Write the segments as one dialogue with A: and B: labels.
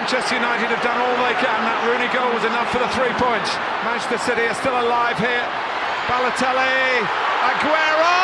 A: Manchester United have done all they can. That Rooney goal was enough for the 3 points. Manchester City are still alive here. Balotelli, Aguero!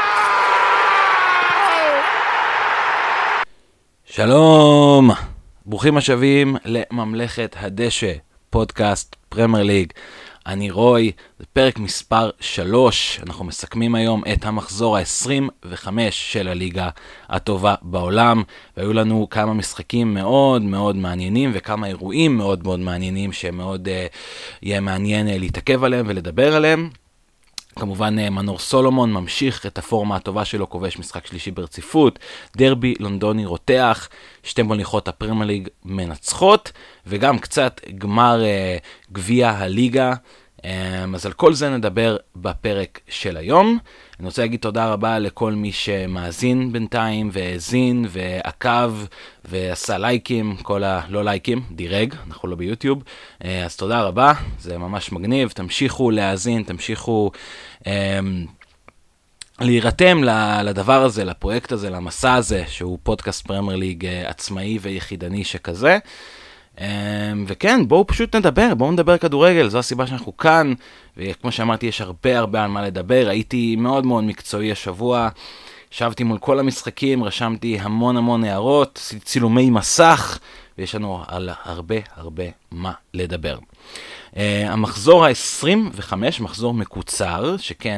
B: שלום, ברוכים השבים לממלכת הדשא, פודקאסט פרמייר ליג. אני רוי, זה פרק מספר 3, אנחנו מסכמים היום את המחזור ה-25 של הליגה הטובה בעולם, והיו לנו כמה משחקים מאוד מאוד מעניינים וכמה אירועים מאוד מאוד מעניינים שמאוד יהיה מעניין להתעכב עליהם ולדבר עליהם. כמובן מנור סולומון ממשיך את הפורמה הטובה שלו, כובש משחק שלישי ברציפות, דרבי לונדוני רותח, שתי מוליכות הפרמייר ליג מנצחות, וגם קצת גמר גביע הליגה. אז על כל זה נדבר בפרק של היום. אני רוצה להגיד תודה רבה לכל מי שמאזין בינתיים והאזין ועקב ועשה לייקים, כל הלא לייקים, דירג, אנחנו לא ביוטיוב. אז תודה רבה, זה ממש מגניב, תמשיכו להאזין, תמשיכו להירתם לדבר הזה, לפרויקט הזה, למסע הזה, שהוא פודקאסט פרמייר ליג עצמאי ויחידני שכזה. וכן, בואו פשוט נדבר כדורגל, זו הסיבה שאנחנו כאן, וכמו שאמרתי, יש הרבה על מה לדבר. הייתי מאוד מאוד מקצועי השבוע, ישבתי מול כל המשחקים, רשמתי המון הערות, צילומי מסך, ויש לנו על הרבה מה לדבר. המחזור ה-25, מחזור מקוצר, שכן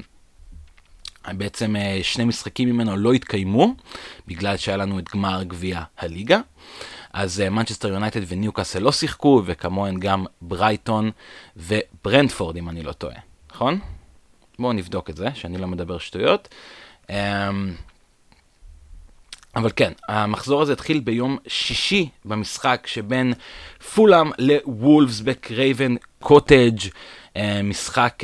B: בעצם שני משחקים ממנו לא התקיימו, בגלל שהיה לנו את גמר גביע הליגה. אז מנצ'סטר יונייטד וניוקאסל לא שיחקו, וכמוהן גם ברייטון וברנטפורד, אם אני לא טועה. נכון? בואו נבדוק את זה, שאני לא מדבר שטויות. אבל כן, המחזור הזה התחיל ביום שישי במשחק שבין פולאם לוולפס בקרייבן קוטג', משחק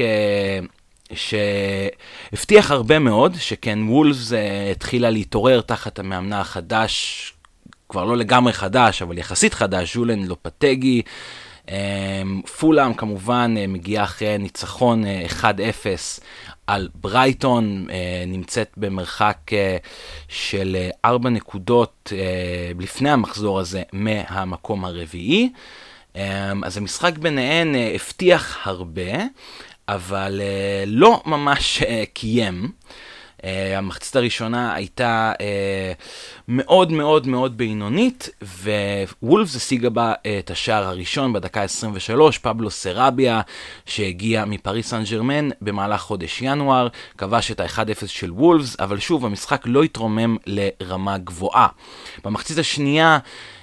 B: שהבטיח הרבה מאוד, שכן וולפס התחילה להתעורר תחת המאמנה החדש, כבר לא לגמרי חדש, אבל יחסית חדש, ז'ולן לופטגי. פולאם כמובן מגיעה אחרי ניצחון 1-0 על ברייטון, נמצאת במרחק של 4 נקודות לפני המחזור הזה מהמקום הרביעי. אז המשחק ביניהן הבטיח הרבה, אבל לא ממש קיים. המחצית הראשונה הייתה מאוד בינונית, ווולפס השיגה בה את השער הראשון בדקה 23, פבלו סרביה, שהגיע מפריס סן ז'רמן במהלך חודש ינואר, כבש את ה-1-0 של וולפס, אבל שוב, המשחק לא התרומם לרמה גבוהה. במחצית השנייה,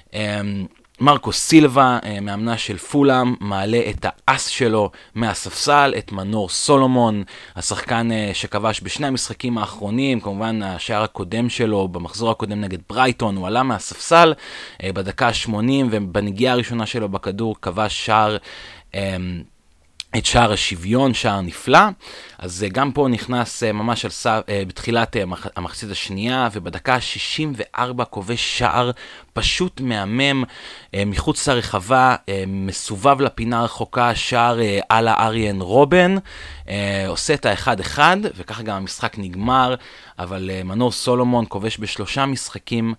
B: מרקו סילבה, מאמנה של פולאם, מעלה את האס שלו מהספסל, את מנור סולומון, השחקן שכבש בשני המשחקים האחרונים, כמובן השער הקודם שלו, במחזור הקודם נגד ברייטון, הוא עלה מהספסל בדקה ה-80, ובנגיעה הראשונה שלו בכדור כבש שער, את שער השוויון, שער נפלא. אז גם פה נכנס ממש בתחילת המחצית השנייה, ובדקה ה-64 כובש שער פשוט מהמם, מחוץ לרחבה, מסובב לפינה רחוקה, שער על אריאן רובן, עושה את ה-1-1, וככה גם המשחק נגמר, אבל מנור סולומון כובש בשלושה משחקים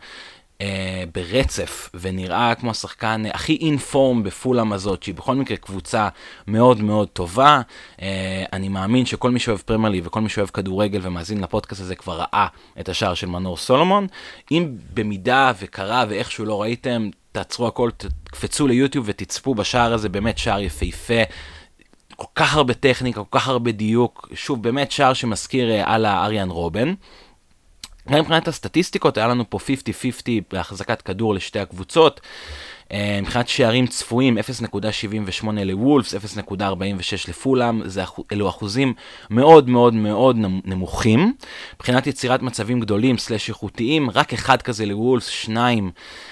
B: ברצף, ונראה כמו השחקן הכי אינפורם בפולאם הזאת, שהיא בכל מקרה קבוצה מאוד טובה. אני מאמין שכל מי שאוהב פרמייר ליג וכל מי שאוהב כדורגל ומאזין לפודקאסט הזה כבר ראה את השער של מנור סולומון. אם במידה וקרה ואיכשהו לא ראיתם, תעצרו הכל, תקפצו ליוטיוב ותצפו בשער הזה, באמת שער יפהפה, כל כך הרבה טכניקה, כל כך הרבה דיוק, שוב באמת שער שמזכיר על אריאן רובן. גם מבחינת הסטטיסטיקות, היה לנו פה 50-50 בהחזקת כדור לשתי הקבוצות. מבחינת שערים צפויים, 0.78 לוולפס, 0.46 לפולאם, אלו אחוזים מאוד נמוכים. מבחינת יצירת מצבים גדולים סלש איכותיים, רק אחד כזה לוולפס, 2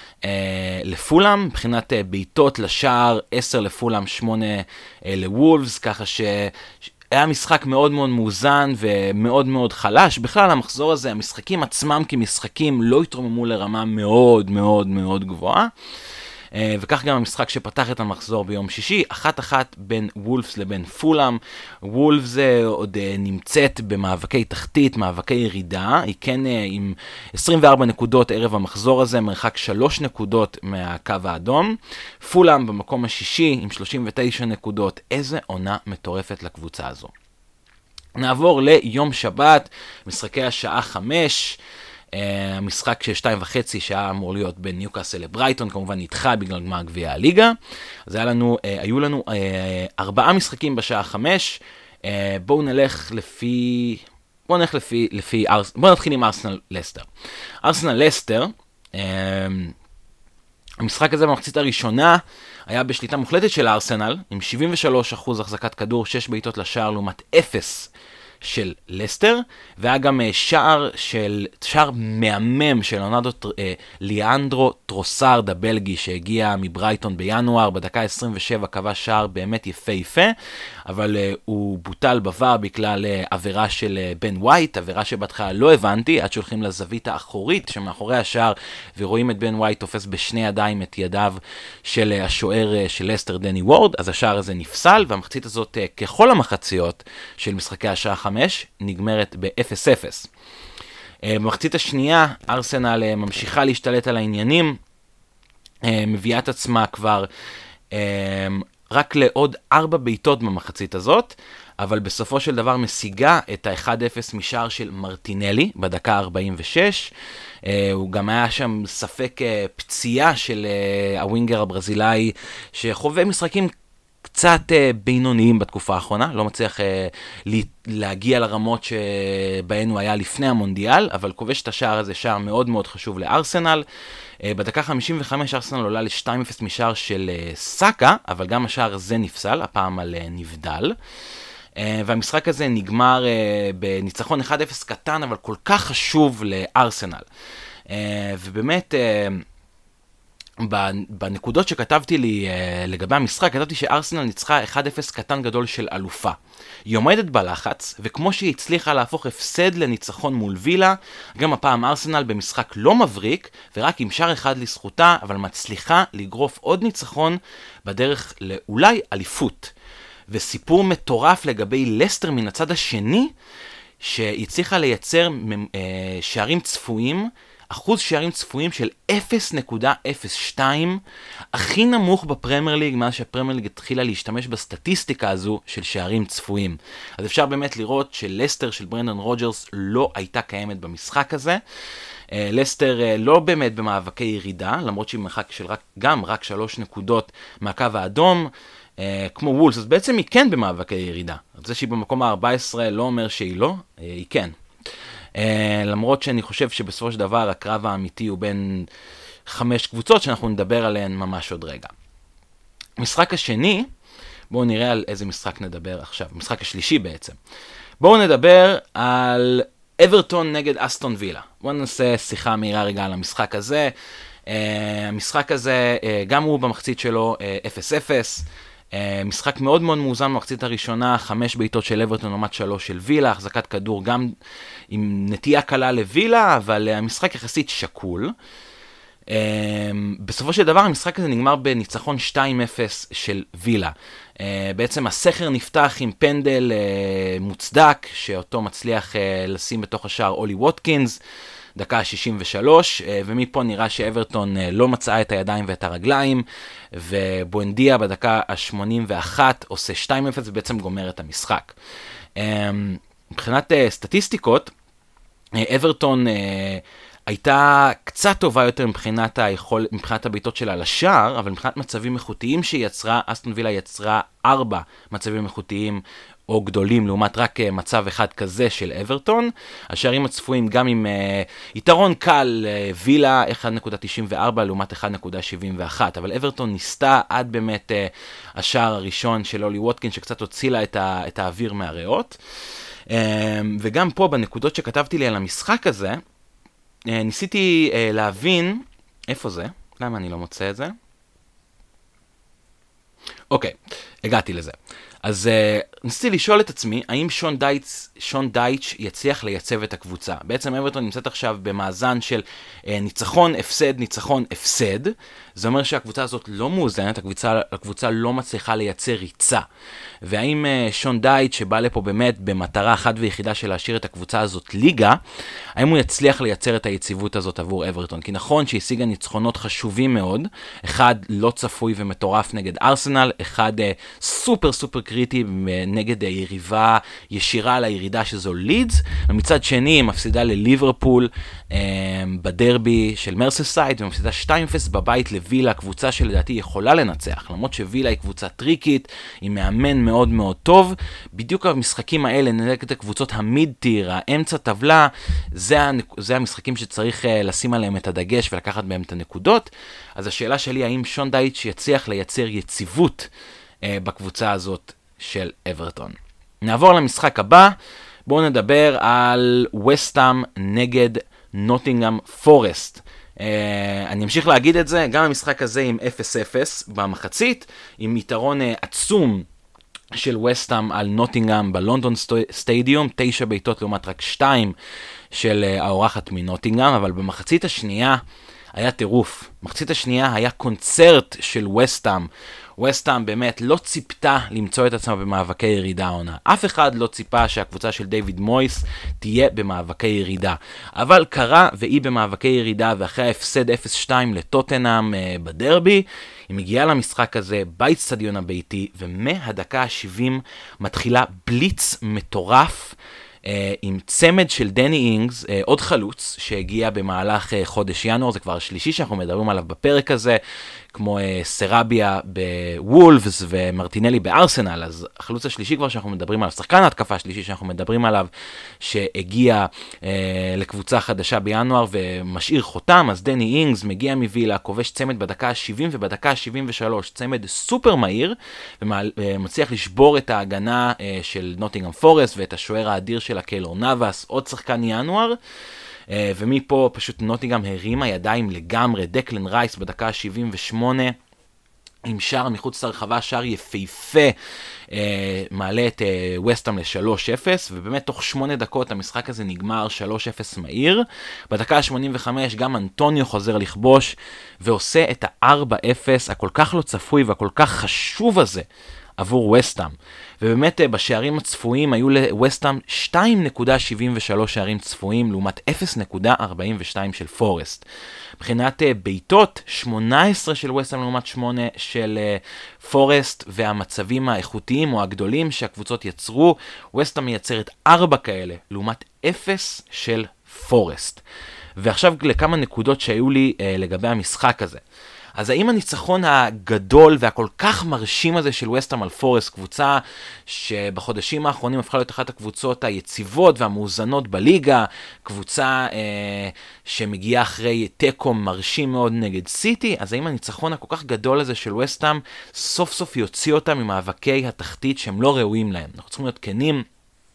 B: לפולאם. מבחינת בעיטות לשער, 10 לפולאם, 8 לוולפס, ככה היה משחק מאוד מאוזן ומאוד חלש. בכלל המחזור הזה, המשחקים עצמם כמשחקים לא התרוממו לרמה מאוד גבוהה. וכך גם המשחק שפתח את המחזור ביום שישי, 1-1 בין וולפס לבין פולאם. וולפס עוד נמצאת במאבקי תחתית, מאבקי ירידה, היא כן עם 24 נקודות ערב המחזור הזה, מרחק 3 נקודות מהקו האדום. פולאם במקום השישי עם 39 נקודות, איזה עונה מטורפת לקבוצה הזו. נעבור ליום שבת, משחקי השעה 5, המשחק של 2.5 שעה אמור להיות בין ניוקאסל לברייטון, כמובן נדחה בגלל גמר גביע הליגה. אז היו לנו 4 משחקים בשעה 5, בואו נתחיל עם ארסנל לסטר. ארסנל לסטר, המשחק הזה במחצית הראשונה היה בשליטה מוחלטת של ארסנל, עם 73% החזקת כדור, 6 בעיטות לשער לעומת 0 של לסטר, והיה גם שער מהמם של ליאנדרו טרוסארד הבלגי שהגיע מברייטון בינואר, בדקה 27 קבע שער באמת יפה, אבל הוא בוטל בVAR בגלל עבירה של בן ווייט, עבירה שבהתחלה לא הבנתי, עד שהולכים לזווית האחורית שמאחורי השער, ורואים את בן ווייט תופס בשני ידיים את ידיו של השוער של לסטר דני וורד, אז השער הזה נפסל, והמחצית הזאת ככל המחציות של משחקי השעה 5 נגמרת ב-0-0. במחצית השנייה ארסנל ממשיכה להשתלט על העניינים, מביאה את עצמה כבר רק לעוד 4 בעיטות במחצית הזאת, אבל בסופו של דבר משיגה את ה-1-0 משער של מרטינלי בדקה 46. הוא גם היה שם ספק פציעה של הווינגר הברזילאי שחווה משחקים קצת בינוניים בתקופה האחרונה, לא מצליח להגיע לרמות שבהן הוא היה לפני המונדיאל, אבל כובש את השער הזה, שער מאוד מאוד חשוב לארסנל. בדקה 55 ארסנל עולה ל-2-0 משער של סאקה, אבל גם השער הזה נפסל, הפעם על נבדל. והמשחק הזה נגמר בניצחון 1-0 קטן, אבל כל כך חשוב לארסנל. ובאמת בנקודות שכתבתי לי לגבי המשחק, כתבתי שארסנל ניצחה 1-0 קטן גדול של אלופה. היא עומדת בלחץ, וכמו שהיא הצליחה להפוך הפסד לניצחון מול וילה, גם הפעם ארסנל במשחק לא מבריק, ורק עם שער אחד לזכותה, אבל מצליחה לגרוף עוד ניצחון בדרך לאולי אליפות. וסיפור מטורף לגבי לסטר מן הצד השני, שהצליחה לייצר שערים צפויים, אחוז שערים צפויים של 0.02, הכי נמוך בפרמייר ליג, מאז שהפרמייר ליג התחילה להשתמש בסטטיסטיקה הזו של שערים צפויים. אז אפשר באמת לראות שלסטר של ברנדון רוג'רס לא הייתה קיימת במשחק הזה. לסטר לא באמת במאבקי ירידה, למרות שהיא מרחק של רק 3 נקודות מהקו האדום, כמו וולס, אז בעצם היא כן במאבקי ירידה. זה שהיא במקום ה-14 לא אומר שהיא לא, היא כן. למרות שאני חושב שבסופו של דבר הקרב האמיתי הוא בין 5 קבוצות שאנחנו נדבר עליהן ממש עוד רגע. המשחק השני, בואו נראה על איזה משחק נדבר עכשיו, המשחק השלישי בעצם. בואו נדבר על אברטון נגד אסטון וילה. בואו נעשה שיחה מהירה רגע על המשחק הזה. המשחק הזה, גם הוא במחצית שלו 0-0, משחק מאוד מאוד מאוזן במחצית הראשונה, 5 בעיטות של אברטון לעומת 3 של וילה, החזקת כדור גם עם נטייה קלה לווילה, אבל המשחק יחסית שקול. בסופו של דבר המשחק הזה נגמר בניצחון 2-0 של וילה. בעצם הסכר נפתח עם פנדל מוצדק, שאותו מצליח לשים בתוך השער אולי ווטקינס, דקה 63, ומפה נראה שאברטון לא מצאה את הידיים ואת הרגליים, ובואנדיה בדקה ה-81 עושה 2-0 ובעצם גומר את המשחק. מבחינת סטטיסטיקות, אברטון הייתה קצת טובה יותר מבחינת הבעיטות שלה לשער, אבל מבחינת מצבים איכותיים שהיא יצרה, אסטון וילה יצרה 4 מצבים איכותיים או גדולים, לעומת רק מצב אחד כזה של אברטון. השערים הצפויים גם עם יתרון קל, וילה 1.94 לעומת 1.71, אבל אברטון ניסתה עד באמת השער הראשון של אולי ווטקינס, שקצת הוצילה את האוויר מהריאות. וגם פה בנקודות שכתבתי לי על המשחק הזה, ניסיתי להבין איפה זה, למה אני לא מוצא את זה. אוקיי, הגעתי לזה. אז ניסיתי לשאול את עצמי, האם שון דייץ' יצליח לייצב את הקבוצה? בעצם אברטון נמצאת עכשיו במאזן של ניצחון, הפסד, ניצחון, הפסד. זה אומר שהקבוצה הזאת לא מאוזנת, הקבוצה לא מצליחה לייצר ריצה. והאם שון דייץ' שבא לפה באמת במטרה אחת ויחידה של להשאיר את הקבוצה הזאת ליגה, האם הוא יצליח לייצר את היציבות הזאת עבור אברטון? כי נכון שהשיגה ניצחונות חשובים מאוד, אחד לא צפוי ומטורף נגד ארסנל, אחד סופר קריטי נגד יריבה ישירה על הירידה שזו לידס, ומצד שני מפסידה לליברפול בדרבי של מרססייד, ומפסידה 2-0 בבית לווילה, קבוצה שלדעתי יכולה לנצח, למרות שווילה היא קבוצה טריקית, היא מאמן מאוד מאוד טוב, בדיוק המשחקים האלה נגד הקבוצות המיד טיר, האמצע טבלה, זה המשחקים שצריך לשים עליהם את הדגש ולקחת בהם את הנקודות. אז השאלה שלי, האם שון דייץ' יצליח לייצר יציבות בקבוצה הזאת של אברטון. נעבור למשחק הבא, בואו נדבר על וסטהאם נגד נוטינגהאם פורסט. אני אמשיך להגיד את זה, גם המשחק הזה עם 0-0 במחצית, עם יתרון עצום של וסטהאם על נוטינגהאם בלונדון סטדיום, 9 בעיטות לעומת רק 2 של האורחת מנוטינגהאם, אבל במחצית השנייה היה טירוף. מחצית השנייה היה קונצרט של וסטהאם. וסטהאם באמת לא ציפתה למצוא את עצמה במאבקי ירידה עונה. אף אחד לא ציפה שהקבוצה של דיוויד מויס תהיה במאבקי ירידה. אבל קרה והיא במאבקי ירידה, ואחרי ההפסד 0-2 לטוטנהאם בדרבי, היא מגיעה למשחק הזה באצטדיון הביתי, ומהדקה ה-70 מתחילה בליץ מטורף, עם צמד של דני אינגס, עוד חלוץ שהגיע במהלך חודש ינואר, זה כבר השלישי שאנחנו מדברים עליו בפרק הזה, כמו סרביה בוולפס ומרטינלי בארסנל. אז החלוץ השלישי כבר שאנחנו מדברים עליו, שחקן ההתקפה השלישי שאנחנו מדברים עליו, שהגיע לקבוצה חדשה בינואר ומשאיר חותם. אז דני אינגס מגיע מווילה, כובש צמד בדקה ה-70 ובדקה ה-73, צמד סופר מהיר, ומצליח לשבור את ההגנה של נוטינגהאם פורסט ואת השוער האדיר של קיילור נאבאס, עוד שחקן ינואר. ומפה פשוט נוטינגהאם הרימה ידיים לגמרי. דקלן רייס בדקה ה-78 עם שער מחוץ לרחבה, שער יפהפה, מעלה את וסטהאם ל-3-0, ובאמת תוך 8 דקות המשחק הזה נגמר 3-0 מהיר. בדקה ה-85 גם אנטוניו חוזר לכבוש ועושה את ה-4-0 הכל כך לא צפוי והכל כך חשוב הזה עבור וסטהאם. ובאמת בשערים הצפויים היו לווסטהאם 2.73 שערים צפויים לעומת 0.42 של פורסט. מבחינת בעיטות, 18 של ווסטהאם לעומת 8 של פורסט, והמצבים האיכותיים או הגדולים שהקבוצות יצרו, ווסטהאם מייצרת 4 כאלה לעומת 0 של פורסט. ועכשיו לכמה נקודות שהיו לי לגבי המשחק הזה. אז האם הניצחון הגדול והכל כך מרשים הזה של וסטהאם על פורסט, קבוצה שבחודשים האחרונים הפכה להיות אחת הקבוצות היציבות והמאוזנות בליגה, קבוצה שמגיעה אחרי טקו מרשים מאוד נגד סיטי, אז האם הניצחון הכל כך גדול הזה של וסטהאם סוף סוף יוציא אותם ממאבקי התחתית שהם לא ראויים להם? אנחנו צריכים להיות כנים.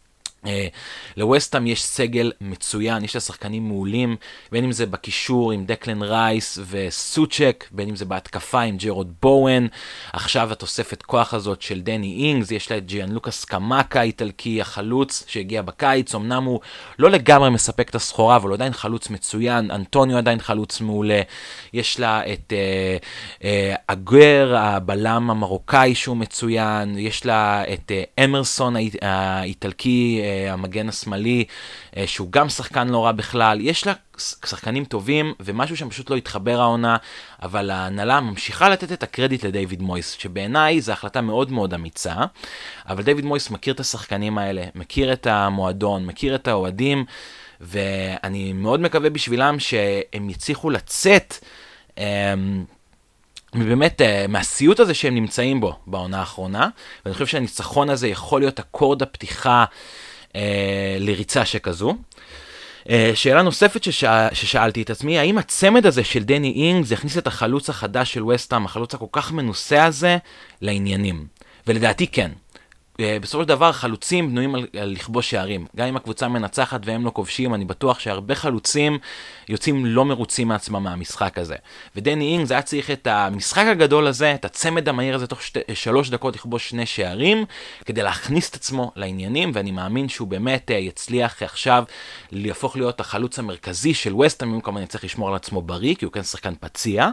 B: לווסטהאם יש סגל מצוין, יש לה שחקנים מעולים, בין אם זה בקישור עם דקלן רייס וסוצ'ק, בין אם זה בהתקפה עם ג'רוד בואן, עכשיו התוספת כוח הזאת של דני אינגס, יש לה את ג'יאן לוקאס קמאקה האיטלקי, החלוץ שהגיע בקיץ, אמנם הוא לא לגמרי מספק את הסחורה, אבל הוא עדיין חלוץ מצוין, אנטוניו עדיין חלוץ מעולה, יש לה את אגואר, הבלם המרוקאי שהוא מצוין, יש לה את אמרסון האיטלקי, המגן השמאלי, שהוא גם שחקן לא רע בכלל. יש לה שחקנים טובים, ומשהו שם פשוט לא התחבר העונה, אבל ההנהלה ממשיכה לתת את הקרדיט לדיוויד מויס, שבעיניי זו החלטה מאוד מאוד אמיצה, אבל דיוויד מויס מכיר את השחקנים האלה, מכיר את המועדון, מכיר את האוהדים, ואני מאוד מקווה בשבילם שהם יצליחו לצאת באמת מהסיוט הזה שהם נמצאים בו בעונה האחרונה, ואני חושב שהניצחון הזה יכול להיות אקורד הפתיחה לריצה שכזו. שאלה נוספת ששאלתי את עצמי, האם הצמד הזה של דני אינגס יכניס את החלוץ החדש של וסטהאם, החלוץ הכל כך מנוסה הזה, לעניינים? ולדעתי כן. בסופו של דבר חלוצים בנויים על לכבוש שערים. גם אם הקבוצה מנצחת והם לא כובשים, אני בטוח שהרבה חלוצים יוצאים לא מרוצים מעצמם מהמשחק הזה. ודני אינגס היה צריך את המשחק הגדול הזה, את הצמד המהיר הזה תוך 3 דקות לכבוש 2 שערים, כדי להכניס את עצמו לעניינים, ואני מאמין שהוא באמת יצליח עכשיו להפוך להיות החלוץ המרכזי של ווסטהאם, כמובן צריך לשמור על עצמו בריא, כי הוא כן שחקן פציע.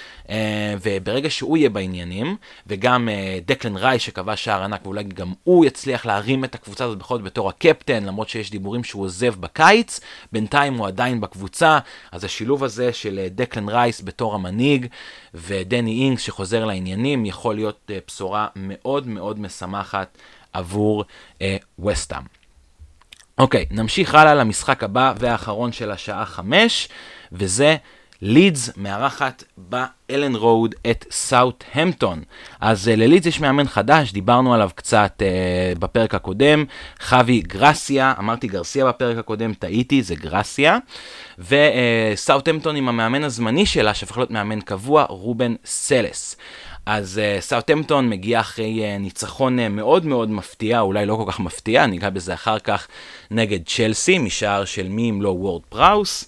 B: וברגע שהוא יהיה בעניינים, וגם דקלן רייס שקבע שער ענק, ואולי גם הוא יצליח להרים את הקבוצה הזאת בכל זאת בתור הקפטן, למרות שיש דיבורים שהוא עוזב בקיץ, בינתיים הוא עדיין בקבוצה, אז השילוב הזה של דקלן רייס בתור המנהיג, ודני אינגס שחוזר לעניינים, יכול להיות בשורה מאוד מאוד משמחת עבור ווסטהאם. אוקיי, נמשיך הלאה למשחק הבא והאחרון של השעה 5, וזה לידס מארחת באלן רוד את סאות'המפטון. אז ללידס יש מאמן חדש, דיברנו עליו קצת בפרק הקודם, חווי גרסיה, אמרתי גרסיה בפרק הקודם, טעיתי, זה גרסיה, וסאות'המפטון עם המאמן הזמני שלה, שהפך להיות מאמן קבוע, רובן סלס. אז סאות'המפטון מגיע אחרי ניצחון מאוד מאוד מפתיע, אולי לא כל כך מפתיע, ניגע בזה אחר כך נגד צ'לסי, משער של מי אם לא וורד פראוס.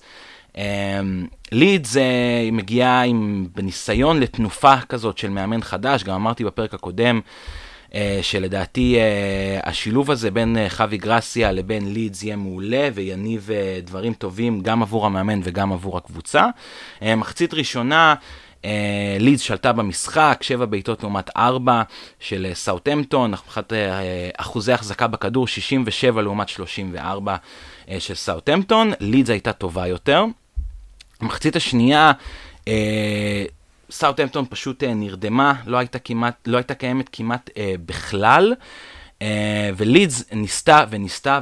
B: לידס מגיעה בניסיון לתנופה כזאת של מאמן חדש, גם אמרתי בפרק הקודם, שלדעתי השילוב הזה בין חווי גרסיה לבין לידס יהיה מעולה ויניב דברים טובים גם עבור המאמן וגם עבור הקבוצה. מחצית ראשונה, לידס שלטה במשחק, 7 בעיטות לעומת 4 של סאות'המפטון, אחוזי החזקה בכדור 67 לעומת 34 של סאות'המפטון, לידס הייתה טובה יותר. המחצית השנייה, סאות'המפטון פשוט נרדמה, לא הייתה קיימת כמעט בכלל, ולידס ניסתה וניסתה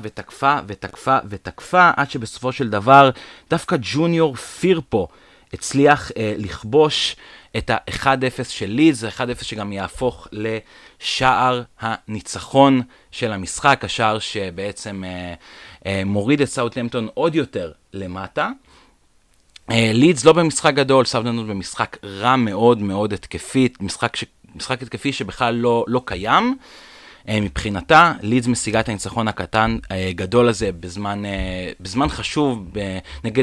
B: ותקפה, עד שבסופו של דבר דווקא ג'וניור פירפו הצליח לכבוש את ה-1-0 של לידס, ה-1-0 שגם יהפוך לשער הניצחון של המשחק, השער שבעצם מוריד את סאות'המפטון עוד יותר למטה. לידס לא במשחק גדול, סאות'המפטון במשחק רע מאוד מאוד התקפית, משחק התקפי שבכלל לא קיים. מבחינתה, לידס משיגה את הניצחון הקטן גדול הזה בזמן חשוב נגד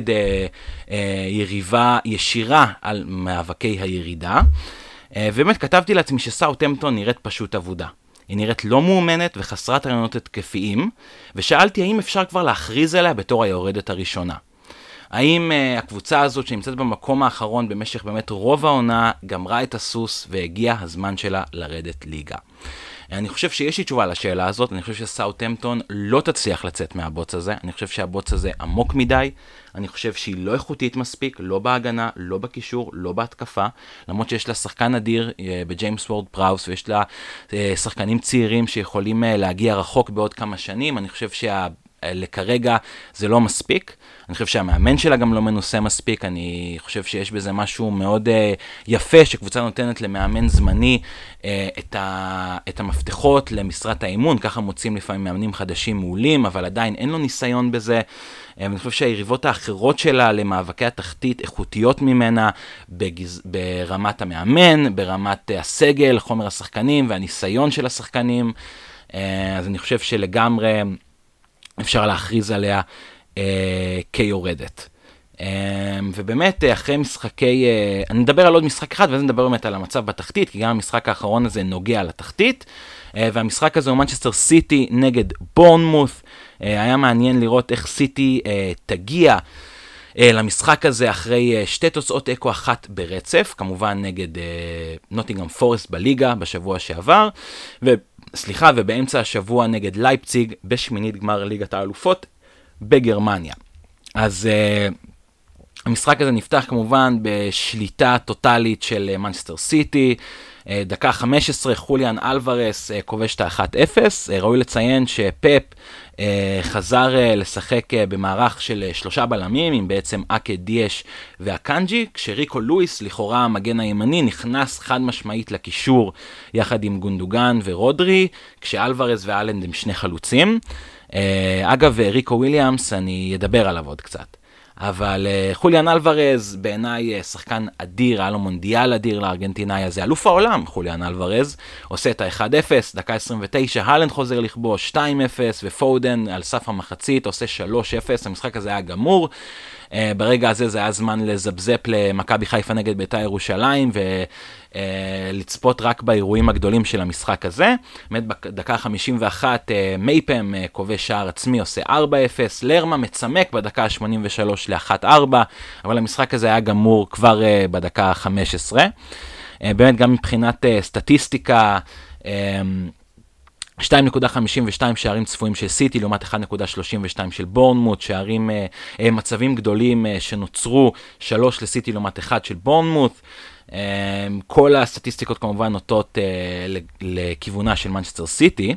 B: יריבה ישירה על מאבקי הירידה. ובאמת כתבתי לעצמי שסאות'המפטון נראית פשוט עבודה. היא נראית לא מאומנת וחסרת רעיונות התקפיים, ושאלתי האם אפשר כבר להכריז עליה בתור היורדת הראשונה. האם הקבוצה הזאת שנמצאת במקום האחרון במשך באמת רוב העונה גמרה את הסוס והגיע הזמן שלה לרדת ליגה? אני חושב שיש לי תשובה לשאלה הזאת, אני חושב שסאות'המפטון לא תצליח לצאת מהבוץ הזה, אני חושב שהבוץ הזה עמוק מדי, אני חושב שהיא לא איכותית מספיק, לא בהגנה, לא בקישור, לא בהתקפה, למרות שיש לה שחקן אדיר בג'יימס וורד פראוס, ויש לה שחקנים צעירים שיכולים להגיע רחוק בעוד כמה שנים, אני חושב לכרגע זה לא מספיק, אני חושב שהמאמן שלה גם לא מנוסה מספיק, אני חושב שיש בזה משהו מאוד יפה, שקבוצה נותנת למאמן זמני את המפתחות למשרת האימון, ככה מוצאים לפעמים מאמנים חדשים מעולים, אבל עדיין אין לו ניסיון בזה, ואני חושב שהיריבות האחרות שלה למאבקי התחתית איכותיות ממנה ברמת המאמן, ברמת הסגל, חומר השחקנים והניסיון של השחקנים, אז אני חושב שלגמרי אפשר להכריז עליה כיורדת. ובאמת אחרי משחקי, אני מדבר על עוד משחק אחד ואז נדבר באמת על המצב בתחתית, כי גם המשחק האחרון הזה נוגע לתחתית, והמשחק הזה הוא מנצ'סטר סיטי נגד בורנמות'. היה מעניין לראות איך סיטי תגיע למשחק הזה אחרי 2 תוצאות אקו אחת ברצף, כמובן נגד נוטינגהאם פורסט בליגה בשבוע שעבר, ובאמצע השבוע נגד לייפציג בשמינית גמר ליגת האלופות בגרמניה. אז המשחק הזה נפתח כמובן בשליטה טוטלית של מנצ'סטר סיטי, דקה 15 חוליאן אלוורס כובש את ה-1-0, ראוי לציין שפפ חזר לשחק במערך של 3 בלמים, עם בעצם אקה דיאש והקנג'י, כשריקו לואיס, לכאורה המגן הימני, נכנס חד משמעית לקישור יחד עם גונדוגן ורודרי, כשאלוורס ואלנד הם 2 חלוצים. אגב, ריקו וויליאמס, אני אדבר עליו עוד קצת. אבל חוליאן אלוורז בעיניי שחקן אדיר, היה לו מונדיאל אדיר לארגנטינאי הזה, אלוף העולם חוליאן אלוורז, עושה את ה-1-0, דקה 29, הלנד חוזר לכבוש 2-0, ופודן על סף המחצית עושה 3-0, המשחק הזה היה גמור, ברגע הזה זה היה זמן לזבזפ למכבי חיפה נגד בית"ר ירושלים, ולצפות רק באירועים הגדולים של המשחק הזה. באמת בדקה 51 מייפם כובש שער עצמי, עושה 4-0, לרמה מצמק בדקה 83 ל-1-4, אבל המשחק הזה היה גמור כבר בדקה 15. באמת גם מבחינת סטטיסטיקה, 2.52 שערים צפויים של סיטי, לעומת 1.32 של בורנמוט, שערים, מצבים גדולים שנוצרו, 3 לסיטי לעומת 1 של בורנמוט. כל הסטטיסטיקות כמובן נוטות לכיוונה של מנצ'סטר סיטי.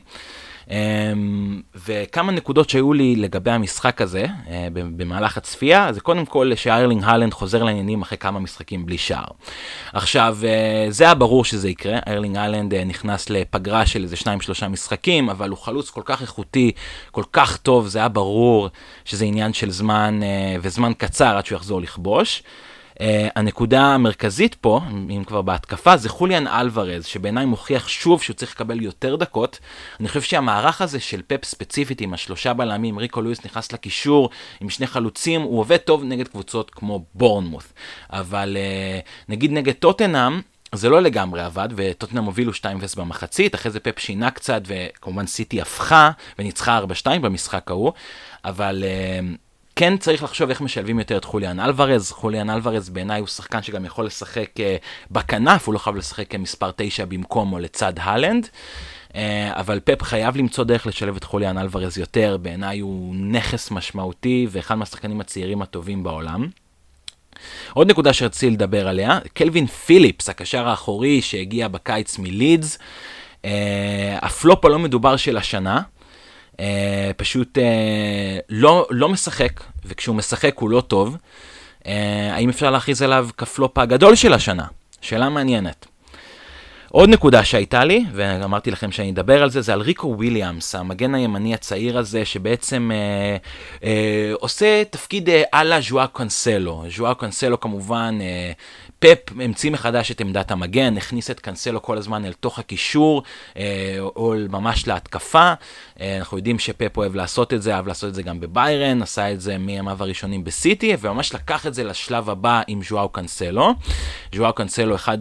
B: וכמה נקודות שהיו לי לגבי המשחק הזה במהלך הצפייה, זה קודם כל שאיירלינג הלנד חוזר לעניינים אחרי כמה משחקים בלי שער. עכשיו, זה היה ברור שזה יקרה, איירלינג הלנד נכנס לפגרה של איזה 2-3 משחקים, אבל הוא חלוץ כל כך איכותי, כל כך טוב, זה היה ברור שזה עניין של זמן וזמן קצר עד שהוא יחזור לכבוש. הנקודה המרכזית פה, אם כבר בהתקפה, זה חוליאן אלוורז, שבעיניי מוכיח שוב שהוא צריך לקבל יותר דקות. אני חושב שהמערך הזה של פפ ספציפית עם 3 בלמים, ריקו לואיס נכנס לקישור עם 2 חלוצים, הוא עובד טוב נגד קבוצות כמו בורנמות'. אבל נגיד נגד טוטנהאם, זה לא לגמרי עבד, וטוטנהאם הובילו 2-0 במחצית, אחרי זה פפ שינה קצת, וכמובן סיטי הפכה וניצחה 4-2 במשחק ההוא, אבל כן צריך לחשוב איך משלבים יותר את חוליאן אלוורז. חוליאן אלוורז בעיניי הוא שחקן שגם יכול לשחק בכנף, הוא לא חייב לשחק כמספר 9 במקום או לצד הלנד, אבל פפ חייב למצוא דרך לשלב את חוליאן אלוורז יותר, בעיניי הוא נכס משמעותי ואחד מהשחקנים הצעירים הטובים בעולם. עוד נקודה שרציתי לדבר עליה, קלווין פיליפס, הקשר האחורי שהגיע בקיץ מלידס, הפלופ הלא מדובר של השנה, פשוט לא משחק, וכשהוא משחק הוא לא טוב. האם אפשר להכריז עליו כפלופ הגדול של השנה? שאלה מעניינת. עוד נקודה שהייתה לי, ואמרתי לכם שאני אדבר על זה, זה על ריקו וויליאמס, המגן הימני הצעיר הזה, שבעצם עושה תפקיד אלה ז'ואאו קאנסלו. ז'ואאו קאנסלו כמובן, פפ המציא מחדש את עמדת המגן, הכניס את קאנסלו כל הזמן אל תוך הקישור, או ממש להתקפה. אנחנו יודעים שפפ אוהב לעשות את זה, אוהב לעשות את זה גם בביירן, עשה את זה מימיו הראשונים בסיטי, וממש לקח את זה לשלב הבא עם ז'ואאו קאנסלו. ז'ואאו קאנסלו אחד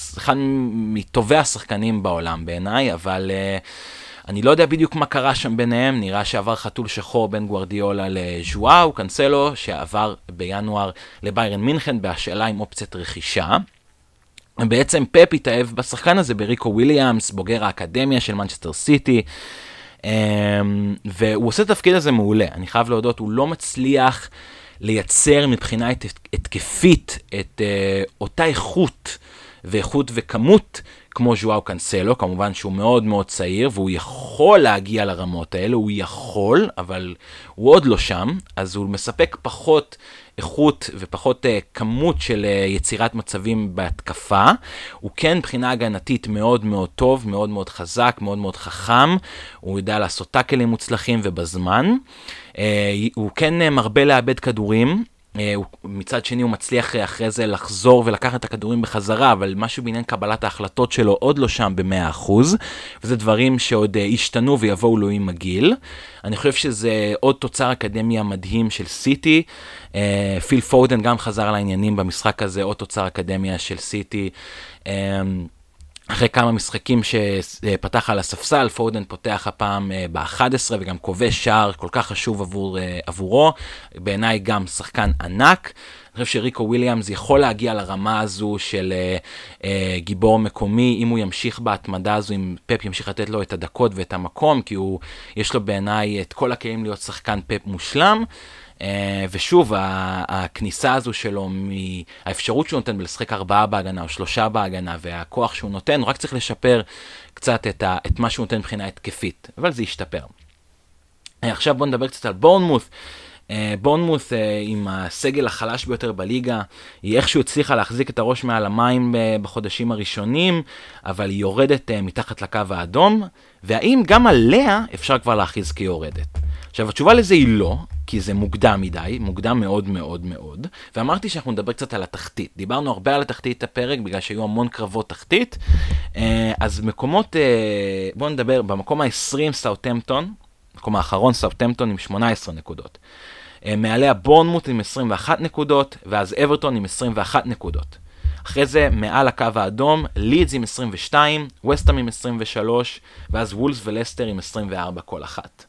B: מטובי השחקנים בעולם בעיניי, אבל אני לא יודע בדיוק מה קרה שם ביניהם, נראה שעבר חתול שחור בין גוארדיולה לז'ואאו קאנסלו, שעבר בינואר לביירן מינכן בהשאלה עם אופציית רכישה. בעצם פפ התאהב בשחקן הזה בריקו וויליאמס, בוגר האקדמיה של מנצ'סטר סיטי, והוא עושה את התפקיד הזה מעולה. אני חייב להודות, הוא לא מצליח לייצר מבחינה התקפית את אותה איכות ואיכות וכמות כמו ז'ואאו קאנסלו, כמובן שהוא מאוד מאוד צעיר, והוא יכול להגיע לרמות האלה, הוא יכול, אבל הוא עוד לא שם, אז הוא מספק פחות איכות ופחות כמות של יצירת מצבים בהתקפה. הוא כן מבחינה הגנתית מאוד מאוד טוב, מאוד מאוד חזק, מאוד מאוד חכם, הוא יודע לעשות טאקלים מוצלחים ובזמן, הוא כן מרבה לאבד כדורים, מצד שני הוא מצליח אחרי זה לחזור ולקחת את הכדורים בחזרה, אבל משהו בעניין קבלת ההחלטות שלו עוד לא שם ב-100%, וזה דברים שעוד ישתנו ויבואו לו עם הגיל. אני חושב שזה עוד תוצר אקדמיה מדהים של סיטי, פיל פודן גם חזר לעניינים במשחק הזה, עוד תוצר אקדמיה של סיטי, אחרי כמה משחקים שפתח על הספסל, פודן פותח הפעם ב-11 וגם כובש שער כל כך חשוב עבורו, בעיניי גם שחקן ענק. אני חושב שריקו וויליאמס יכול להגיע לרמה הזו של גיבור מקומי, אם הוא ימשיך בהתמדה הזו, אם פפ ימשיך לתת לו את הדקות ואת המקום, כי יש לו בעיניי את כל הכלים להיות שחקן פפ מושלם. ושוב, הכניסה הזו שלו, האפשרות שהוא נותן בלשחק 4 בהגנה או 3 בהגנה, והכוח שהוא נותן, הוא רק צריך לשפר קצת את מה שהוא נותן מבחינה התקפית, אבל זה ישתפר. עכשיו בואו נדבר קצת על בורנמות'. בורנמות' עם הסגל החלש ביותר בליגה, היא איכשהו הצליחה להחזיק את הראש מעל המים בחודשים הראשונים, אבל היא יורדת מתחת לקו האדום, והאם גם עליה אפשר כבר להכריז כיורדת? עכשיו, התשובה לזה היא לא, כי זה מוקדם מדי, מוקדם מאוד מאוד מאוד, ואמרתי שאנחנו נדבר קצת על התחתית. דיברנו הרבה על התחתית הפרק, בגלל שהיו המון קרבות תחתית, אז מקומות, בואו נדבר, במקום ה-20 סאות'המפטון, מקום האחרון סאות'המפטון עם 18 נקודות. מעליה בורנמות' עם 21 נקודות, ואז אברטון עם 21 נקודות. אחרי זה, מעל הקו האדום, לידס עם 22, וסטהאם עם 23, ואז וולפס ולסטר עם 24 כל אחת.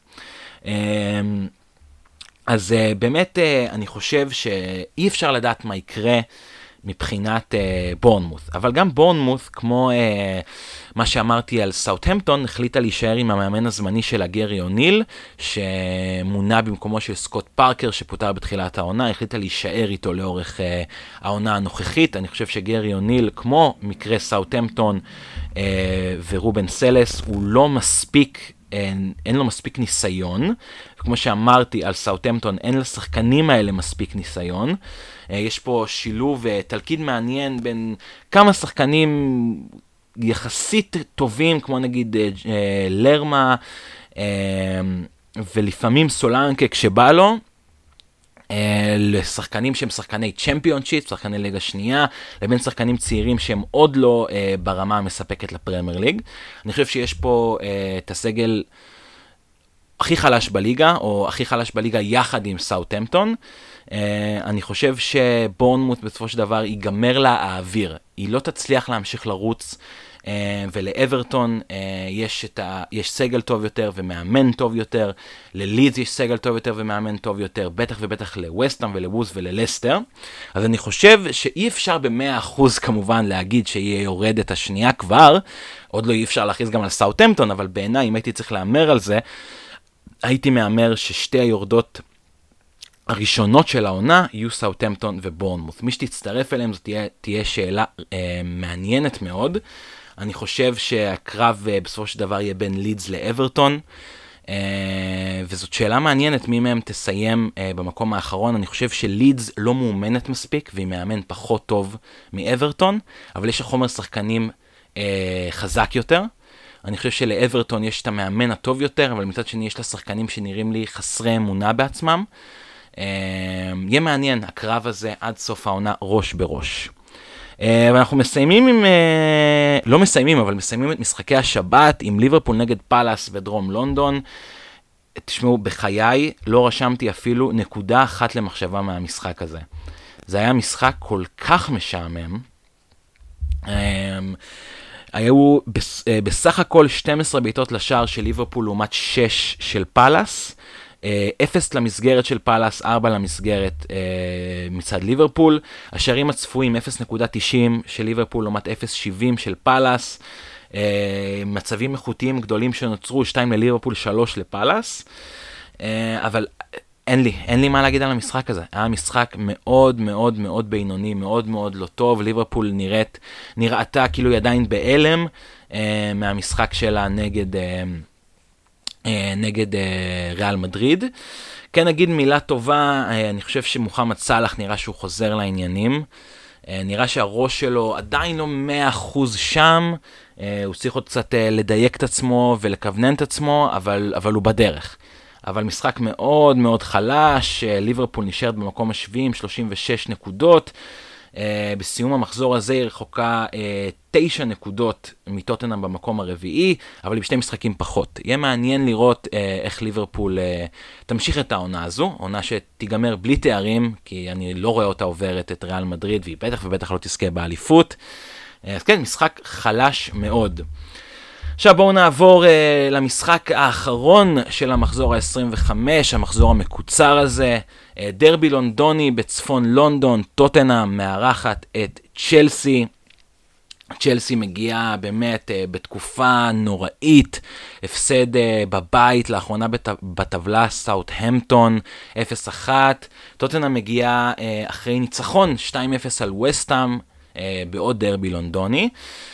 B: אז באמת אני חושב שאי אפשר לדעת מה יקרה מבחינת בורנמות', אבל גם בורנמות', כמו מה שאמרתי על סאות'המפטון, החליטה להישאר עם המאמן הזמני של גרי אוניל, שמונה במקומו של סקוט פארקר, שפוטר בתחילת העונה, החליטה להישאר איתו לאורך העונה הנוכחית. אני חושב שגרי אוניל, כמו מקרה סאות'המפטון ורובן סלס, הוא לא מספיק, אין לו מספיק ניסיון, וכמו שאמרתי על סאות'המפטון, אין לשחקנים האלה מספיק ניסיון. יש פה שילוב תלכיד מעניין בין כמה שחקנים יחסית טובים, כמו נגיד לרמה, ולפעמים סולנקה כשבא לו, לשחקנים שהם שחקני צ'מפיונשיפ, שחקני ליגה שנייה, לבין שחקנים צעירים שהם עוד לא ברמה המספקת לפרמייר ליג. אני חושב שיש פה את הסגל הכי חלש בליגה, או הכי חלש בליגה יחד עם סאות'המפטון. אני חושב שבורנמות' בסופו של דבר ייגמר לה האוויר. היא לא תצליח להמשיך לרוץ, ולאברטון יש סגל טוב יותר ומאמן טוב יותר, ללידס יש סגל טוב יותר ומאמן טוב יותר, בטח ובטח לווסטהאם ולוולפס וללסטר. אז אני חושב שאי אפשר ב100% כמובן להגיד שיהיה יורד את השנייה כבר, עוד לא אי אפשר להכריז גם על סאות'המפטון, אבל בעיניי אם הייתי צריך לאמר על זה, הייתי מאמר ששתי היורדות הראשונות של העונה יהיו סאות'המפטון ובורנמות'. מי שתצטרף אליהם זאת תהיה שאלה מעניינת מאוד. אני חושב שהקרב בסופו של דבר יהיה בין לידס לאברטון, וזאת שאלה מעניינת מי מהם תסיים במקום האחרון. אני חושב שלידס לא מאומנת מספיק, והיא מאמן פחות טוב מאברטון, אבל יש החומר שחקנים חזק יותר. אני חושב שלאברטון יש את המאמן הטוב יותר, אבל מצד שני יש לה שחקנים שנראים לי חסרי אמונה בעצמם. יהיה מעניין, הקרב הזה עד סוף העונה ראש בראש. ואנחנו מסיימים עם, לא מסיימים, אבל מסיימים את משחקי השבת עם ליברפול נגד פאלאס ודרום לונדון. תשמעו, בחיי לא רשמתי אפילו נקודה אחת למחשבה מהמשחק הזה. זה היה משחק כל כך משעמם. היו בסך הכל 12 בעיטות לשער של ליברפול לעומת 6 של פאלאס. 0 למסגרת של פאלאס, 4 למסגרת מצד ליברפול. השערים הצפויים 0.90 של ליברפול לעומת 0.70 של פאלאס. מצבים איכותיים גדולים שנוצרו, 2 לליברפול, 3 לפאלאס. אבל אין לי מה להגיד על המשחק הזה. היה משחק מאוד מאוד מאוד בינוני, מאוד מאוד לא טוב. ליברפול נראתה כאילו היא עדיין באלם מהמשחק שלה נגד ריאל מדריד. כן, נגיד מילה טובה, אני חושב שמוחמד סלאח נראה שהוא חוזר לעניינים. נראה שהראש שלו עדיין לא 100% שם, הוא צריך עוד קצת לדייק את עצמו ולכוונן את עצמו, אבל הוא בדרך. אבל משחק מאוד מאוד חלש, ליברפול נשארת במקום השביעי עם 36 נקודות, בסיום המחזור הזה היא רחוקה 9 נקודות מטוטנהאם במקום הרביעי, אבל עם 2 משחקים פחות. יהיה מעניין לראות איך ליברפול תמשיך את העונה הזו, עונה שתיגמר בלי תארים, כי אני לא רואה אותה עוברת את ריאל מדריד, והיא בטח ובטח לא תזכה באליפות. אז כן, משחק חלש מאוד. עכשיו בואו נעבור למשחק האחרון של המחזור ה-25, המחזור המקוצר הזה. דרבי לונדוני בצפון לונדון, טוטנהאם מארחת את צ'לסי. צ'לסי מגיעה באמת בתקופה נוראית, הפסד בבית, לאחרונה בטבלה סאות'המפטון 0-1. טוטנהאם מגיעה אחרי ניצחון 2-0 על וסטהאם בעוד דרבי לונדוני.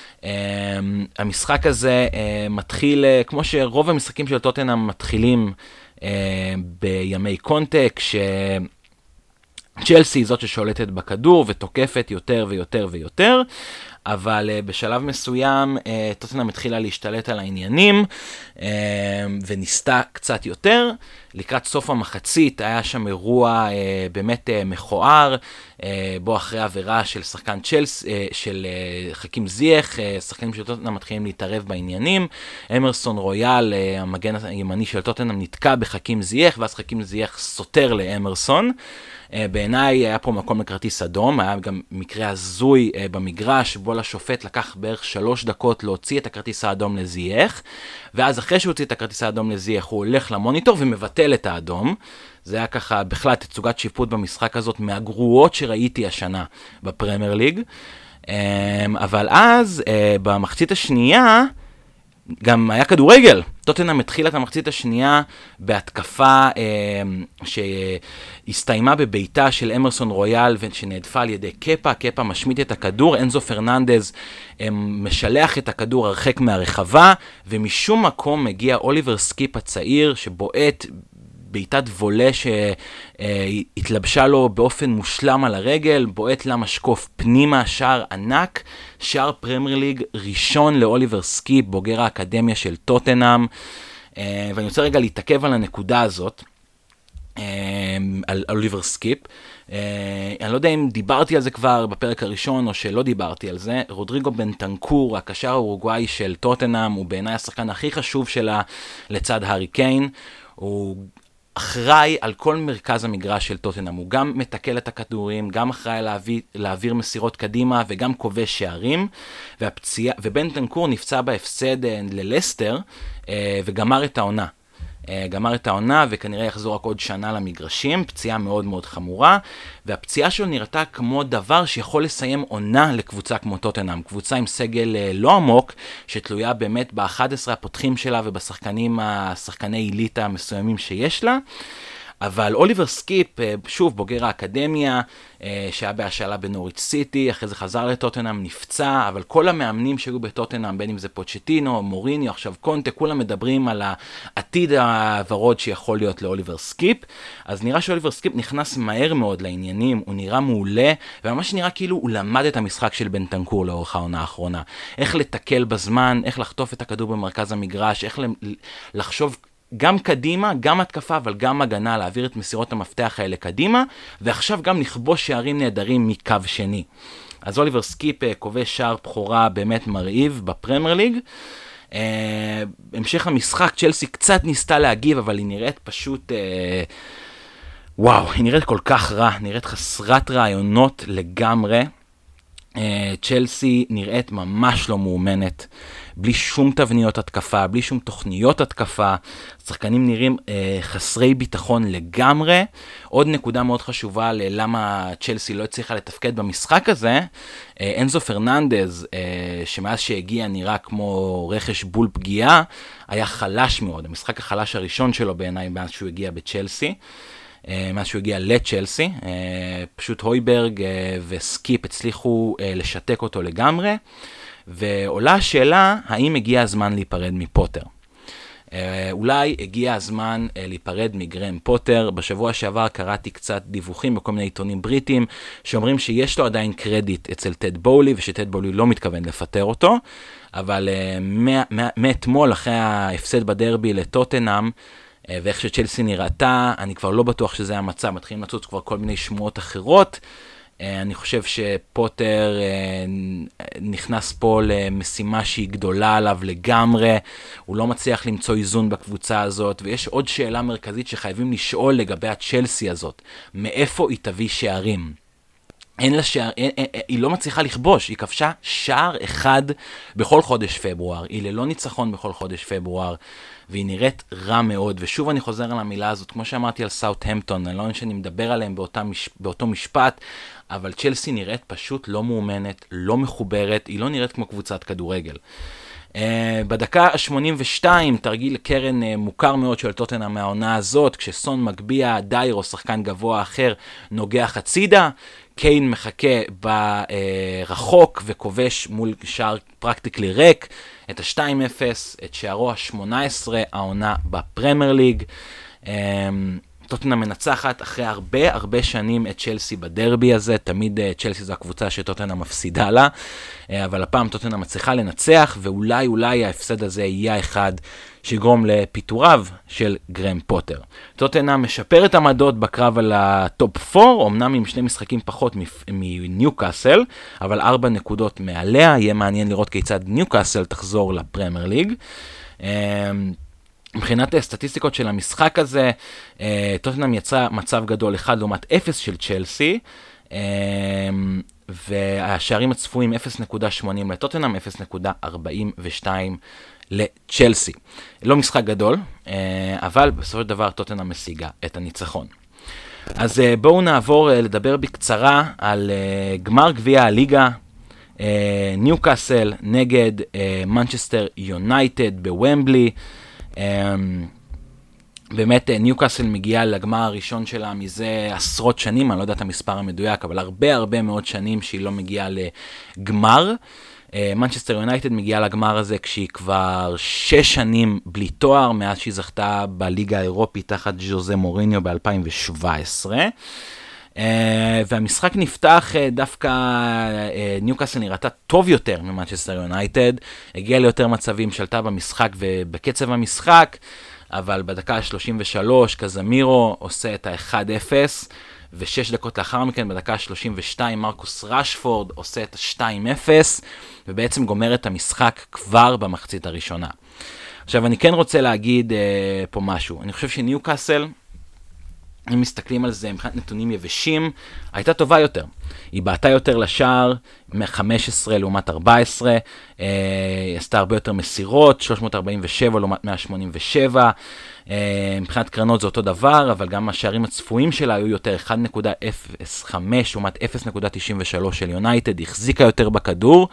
B: המשחק הזה מתחיל, כמו שרוב המשחקים של טוטנהאם מתחילים בימי קונטה, צ'לסי היא זאת ששולטת בכדור ותוקפת יותר ויותר ויותר, אבל בשלב מסוים טוטנהאם התחילה להשתלט על העניינים וניסתה קצת יותר. לקראת סוף המחצית היה שם אירוע באמת מכוער, בו אחרי עבירה של שחקן של חכים זייח, שחקנים של טוטנהאם מתחילים להתערב בעניינים. אמרסון רויאל, המגן הימני של טוטנהאם, נתקע בחכים זייח, ואז חכים זייח סותר לאמרסון. בעיניי היה פה מקום לכרטיס אדום, היה גם מקרה הזוי במגרש, בו לשופט לקח בערך 3 דקות להוציא את הכרטיס האדום לזייח, ואז אחרי שהוא הוציא את הכרטיס האדום לזייח, הוא הולך למוניטור ומבטל את האדום. זה היה ככה בכלל תצוגת שיפוט במשחק הזאת מהגרועות שראיתי השנה בפרמייר ליג. אבל אז במחצית השנייה גם היה כדורגל. טוטנהאם התחילה את המחצית השנייה בהתקפה שהסתיימה בביתה של אמרסון רויאל שנעדפה על ידי קפה. קפה משמיט את הכדור, אנזו פרננדז משלח את הכדור הרחק מהרחבה, ומשום מקום מגיע אוליבר סקיפ הצעיר שבועט בעיטת וולה שהתלבשה לו באופן מושלם על הרגל, בועט לה משקוף פנימה, שער ענק, שער פרמייר ליג ראשון לאוליבר סקיפ, בוגר האקדמיה של טוטנהאם. ואני רוצה רגע להתעכב על הנקודה הזאת, על אוליבר סקיפ. אני לא יודע אם דיברתי על זה כבר בפרק הראשון או שלא דיברתי על זה. רודריגו בנטנקור, הקשר האורוגוואי של טוטנהאם, הוא בעיניי השחקן הכי חשוב שלה לצד הארי קיין. הוא אחראי על כל מרכז המגרש של טוטנהאם, הוא גם מתקל את הכדורים, גם אחראי להעביר מסירות קדימה וגם כובש שערים, ובנטנקור נפצע בהפסד ללסטר וגמר את העונה, וכנראה יחזור רק עוד שנה למגרשים, פציעה מאוד מאוד חמורה, והפציעה שלו נראתה כמו דבר שיכול לסיים עונה לקבוצה כמו טוטנהאם, קבוצה עם סגל לא עמוק, שתלויה באמת ב-11 הפותחים שלה ובשחקני עילית המסוימים שיש לה. אבל אוליבר סקיפ, שוב בוגר האקדמיה, שהיה בהשאלה בנוריץ' סיטי, אחרי זה חזר לטוטנהאם, נפצע, אבל כל המאמנים שהיו בטוטנהאם, בין אם זה פוצ'טינו, מוריניו, עכשיו קונטה, כולם מדברים על העתיד הוורוד שיכול להיות לאוליבר סקיפ. אז נראה שאוליבר סקיפ נכנס מהר מאוד לעניינים, הוא נראה מעולה, וממש נראה כאילו הוא למד את המשחק של בנטנקור לאורך העונה האחרונה. איך לתקל בזמן, איך לחטוף את הכדור במרכז המגרש, איך לחשוב גם קדימה, גם התקפה, אבל גם הגנה, להעביר את מסירות המפתח האלה קדימה, ועכשיו גם לכבוש שערים נהדרים מקו שני. אז אוליבר סקיפ כובש שער בחורה באמת מרהיב בפרמייר ליג. המשך המשחק, צ'לסי קצת ניסתה להגיב, אבל היא נראית פשוט, וואו, היא נראית כל כך רע, נראית חסרת רעיונות לגמרי. צ'לסי נראית ממש לא מאומנת, בלי שום תבניות התקפה, בלי שום תוכניות התקפה, שחקנים נראים חסרי ביטחון לגמרי. עוד נקודה מאוד חשובה ללמה צ'לסי לא הצליחה לתפקד במשחק הזה, אנזו פרננדז, שמאז שהגיע נראה כמו רכש בול פגיעה, היה חלש מאוד, המשחק החלש הראשון שלו בעיניי מאז שהוא הגיע בצ'לסי. מאז שהוא הגיע לצ'לסי, פשוט הויברג וסקיפ הצליחו לשתק אותו לגמרי, ועולה השאלה האם הגיע הזמן להיפרד מפוטר. אולי הגיע הזמן להיפרד מגרם פוטר. בשבוע שעבר קראתי קצת דיווחים בכל מיני עיתונים בריטים שאומרים שיש לו עדיין קרדיט אצל טד בולי, ושטד בולי לא מתכוון לפטר אותו, אבל מאתמול אחרי ההפסד בדרבי לטוטנהאם, ואיך שצ'לסי נראתה, אני כבר לא בטוח שזה המצב, מתחילים לצוץ כבר כל מיני שמועות אחרות. אני חושב שפוטר נכנס פה למשימה שהיא גדולה עליו לגמרי, הוא לא מצליח למצוא איזון בקבוצה הזאת, ויש עוד שאלה מרכזית שחייבים לשאול לגבי הצ'לסי הזאת, מאיפה היא תביא שערים? אין לה שער, היא לא מצליחה לכבוש, היא כבשה שער אחד בכל חודש פברואר, היא ללא ניצחון בכל חודש פברואר, והיא נראית רע מאוד. ושוב אני חוזר על המילה הזאת, כמו שאמרתי על סאות'המפטון, אני לא יודע שאני מדבר עליהם באותו משפט, אבל צ'לסי נראית פשוט לא מאומנת, לא מחוברת, היא לא נראית כמו קבוצת כדורגל. בדקה ה-82, תרגיל קרן מוכר מאוד של טוטנהאם מהעונה הזאת, כשסון מגביה, דיירו, שחקן גבוה אחר, נוגח הצידה, קיין מחכה ברחוק וכובש מול שער פרקטיקלי ריק, את ה-2-0, את שערו ה-18 העונה בפרמייר ליג. טוטנהאם מנצחת אחרי הרבה שנים את צ'לסי בדרבי הזה, תמיד צ'לסי זו הקבוצה שטוטנהאם מפסידה לה, אבל הפעם טוטנהאם מצליחה לנצח, ואולי ההפסד הזה יהיה אחד שיגרום לפיטוריו של גרם פוטר. טוטנהאם משפר את המדות בקרב על הטופ 4, אמנם עם 2 משחקים פחות מניוקאסל, אבל 4 נקודות מעליה, יהיה מעניין לראות כיצד ניוקאסל תחזור לפרמייר ליג. מבחינת הסטטיסטיקות של המשחק הזה, טוטנהאם יצא מצב גדול 1 לעומת 0 של צ'לסי, והשערים הצפויים 0.80 לטוטנהאם, 0.42 לצ'לסי. לא משחק גדול, אבל בסופו של דבר טוטנהאם משיגה את הניצחון. אז בואו נעבור לדבר בקצרה על גמר גביע הליגה, ניוקאסל נגד מנצ'סטר יונייטד בוומבלי. באמת ניוקאסל מגיעה לגמר הראשון שלה מזה עשרות שנים, אני לא יודע את המספר המדויק, אבל הרבה מאוד שנים שהיא לא מגיעה לגמר. מנצ'סטר יונייטד מגיעה לגמר הזה כשהיא כבר 6 שנים בלי תואר, מאז שהיא זכתה בליגה האירופית תחת ז'וזה מוריניו ב-2017. והמשחק נפתח דווקא, ניוקאסל נראתה טוב יותר ממנצ'סטר יונייטד, הגיעה ליותר מצבים, שלטה במשחק ובקצב המשחק, אבל בדקה ה-33 קזמירו עושה את ה-1-0, ו6 דקות לאחר מכן בדקה ה-32 מרקוס רשפורד עושה את ה-2-0, ובעצם גומר את המשחק כבר במחצית הראשונה. עכשיו אני כן רוצה להגיד פה משהו, אני חושב שניוקאסל, אם מסתכלים על זה מבחינת נתונים יבשים, הייתה טובה יותר. היא בעטה יותר לשער, 15 לעומת 14, היא עשתה הרבה יותר מסירות, 347 לעומת 187, מבחינת קרנות זה אותו דבר, אבל גם השערים הצפויים שלה היו יותר 1.05 לעומת 0.93 של יונייטד, היא החזיקה יותר בכדור,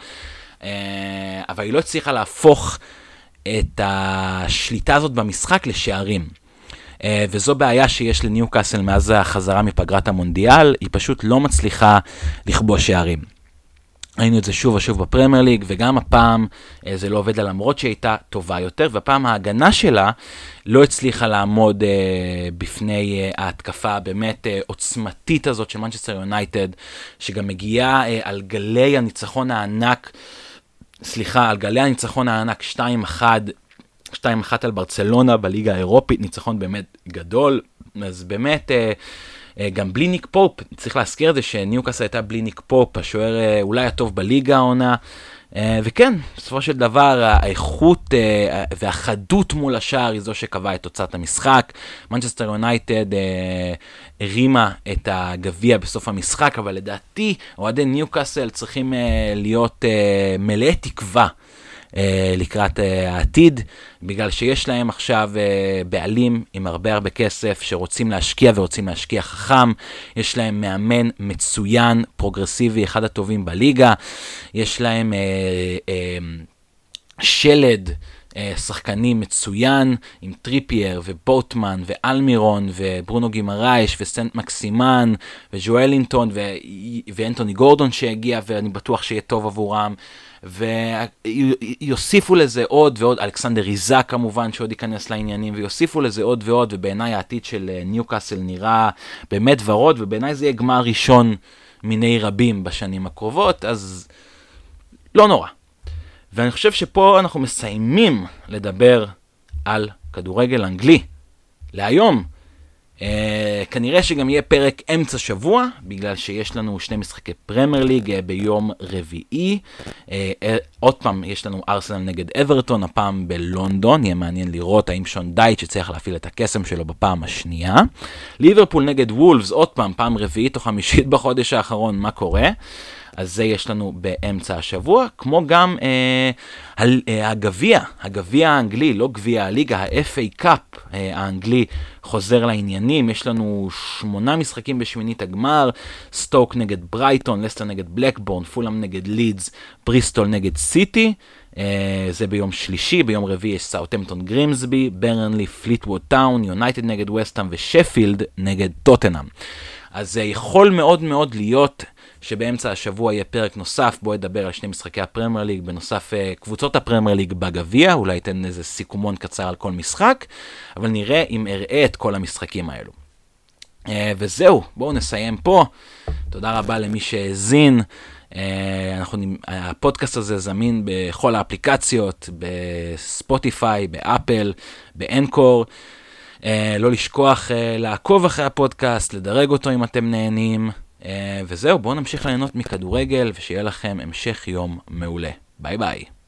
B: אבל היא לא הצליחה להפוך את השליטה הזאת במשחק לשערים. וזו בעיה שיש לניוקאסל מאז החזרה מפגרת המונדיאל, היא פשוט לא מצליחה לכבוש שערים. ראינו את זה שוב ושוב בפרמייר ליג, וגם הפעם זה לא עובד לה למרות שהיא הייתה טובה יותר, והפעם ההגנה שלה לא הצליחה לעמוד בפני ההתקפה באמת עוצמתית הזאת של מנצ'סטר יונייטד, שגם מגיעה על גלי הניצחון הענק, על גלי הניצחון הענק 2-1 על ברצלונה בליגה האירופית, ניצחון באמת גדול, אז באמת גם בלי ניק פופ, צריך להזכיר את זה שניוקאסל הייתה בלי ניק פופ, השוער אולי הטוב בליגה העונה, וכן, בסופו של דבר האיכות והחדות מול השער היא זו שקבעה את תוצאת המשחק. מנצ'סטר יונייטד הרימה את הגביע בסוף המשחק, אבל לדעתי אוהדי ניוקאסל צריכים להיות מלאי תקווה לקראת העתיד, בגלל שיש להם עכשיו בעלים עם הרבה כסף שרוצים להשקיע ורוצים להשקיע חכם, יש להם מאמן מצוין, פרוגרסיבי, אחד הטובים בליגה, יש להם שלד שחקנים מצוין עם טריפייר ובוטמן ואלמירון וברונו גימרייש וסנט מקסימן וג'ואלינטון ואנטוני גורדון שהגיע, ואני בטוח שיהיה טוב עבורם, ויוסיפו לזה עוד ועוד, אלכסנדר איזק כמובן שעוד ייכנס לעניינים, ויוסיפו לזה עוד ועוד, ובעיניי העתיד של ניוקאסל נראה באמת ורוד, ובעיניי זה יהיה גמר ראשון מיני רבים בשנים הקרובות, אז לא נורא. ואני חושב שפה אנחנו מסיימים לדבר על כדורגל אנגלי להיום. כנראה שגם יהיה פרק אמצע שבוע, בגלל שיש לנו 2 משחקי פרמייר ליג ביום רביעי. עוד פעם יש לנו ארסנל נגד אברטון, הפעם בלונדון, יהיה מעניין לראות האם שון דייץ' שצריך להפעיל את הקסם שלו בפעם השנייה. ליברפול נגד וולפס, עוד פעם רביעית או חמישית בחודש האחרון, מה קורה? אז זה יש לנו באמצע השבוע, כמו גם הגביע האנגלי, לא גביע הליגה, ה-FA Cup האנגלי חוזר לעניינים, יש לנו 8 משחקים בשמינית הגמר, סטוק נגד ברייטון, לסטר נגד בלקבורן, פולאם נגד לידס, בריסטול נגד סיטי, זה ביום שלישי, ביום רביעי יש סאות'המפטון גרימסבי, ברנלי, פליטווד טאון, יונייטד נגד וסטהאם ושפילד נגד טוטנהאם. אז זה יכול מאוד להיות שבאמצע השבוע יהיה פרק נוסף, בוא נדבר על 2 משחקי הפרמייר ליג, בנוסף קבוצות הפרמייר ליג בגביע, אולי ייתן איזה סיכומון קצר על כל משחק, אבל נראה אם אראה את כל המשחקים האלו. וזהו, בואו נסיים פה. תודה רבה למי שהאזין. הפודקאסט הזה זמין בכל האפליקציות, בספוטיפיי, באפל, באנקור. לא לשכוח לעקוב אחרי הפודקאסט, לדרג אותו אם אתם נהנים. וזהו, בואו נמשיך ליהנות מכדורגל, ושיהיה לכם המשך יום מעולה. ביי ביי.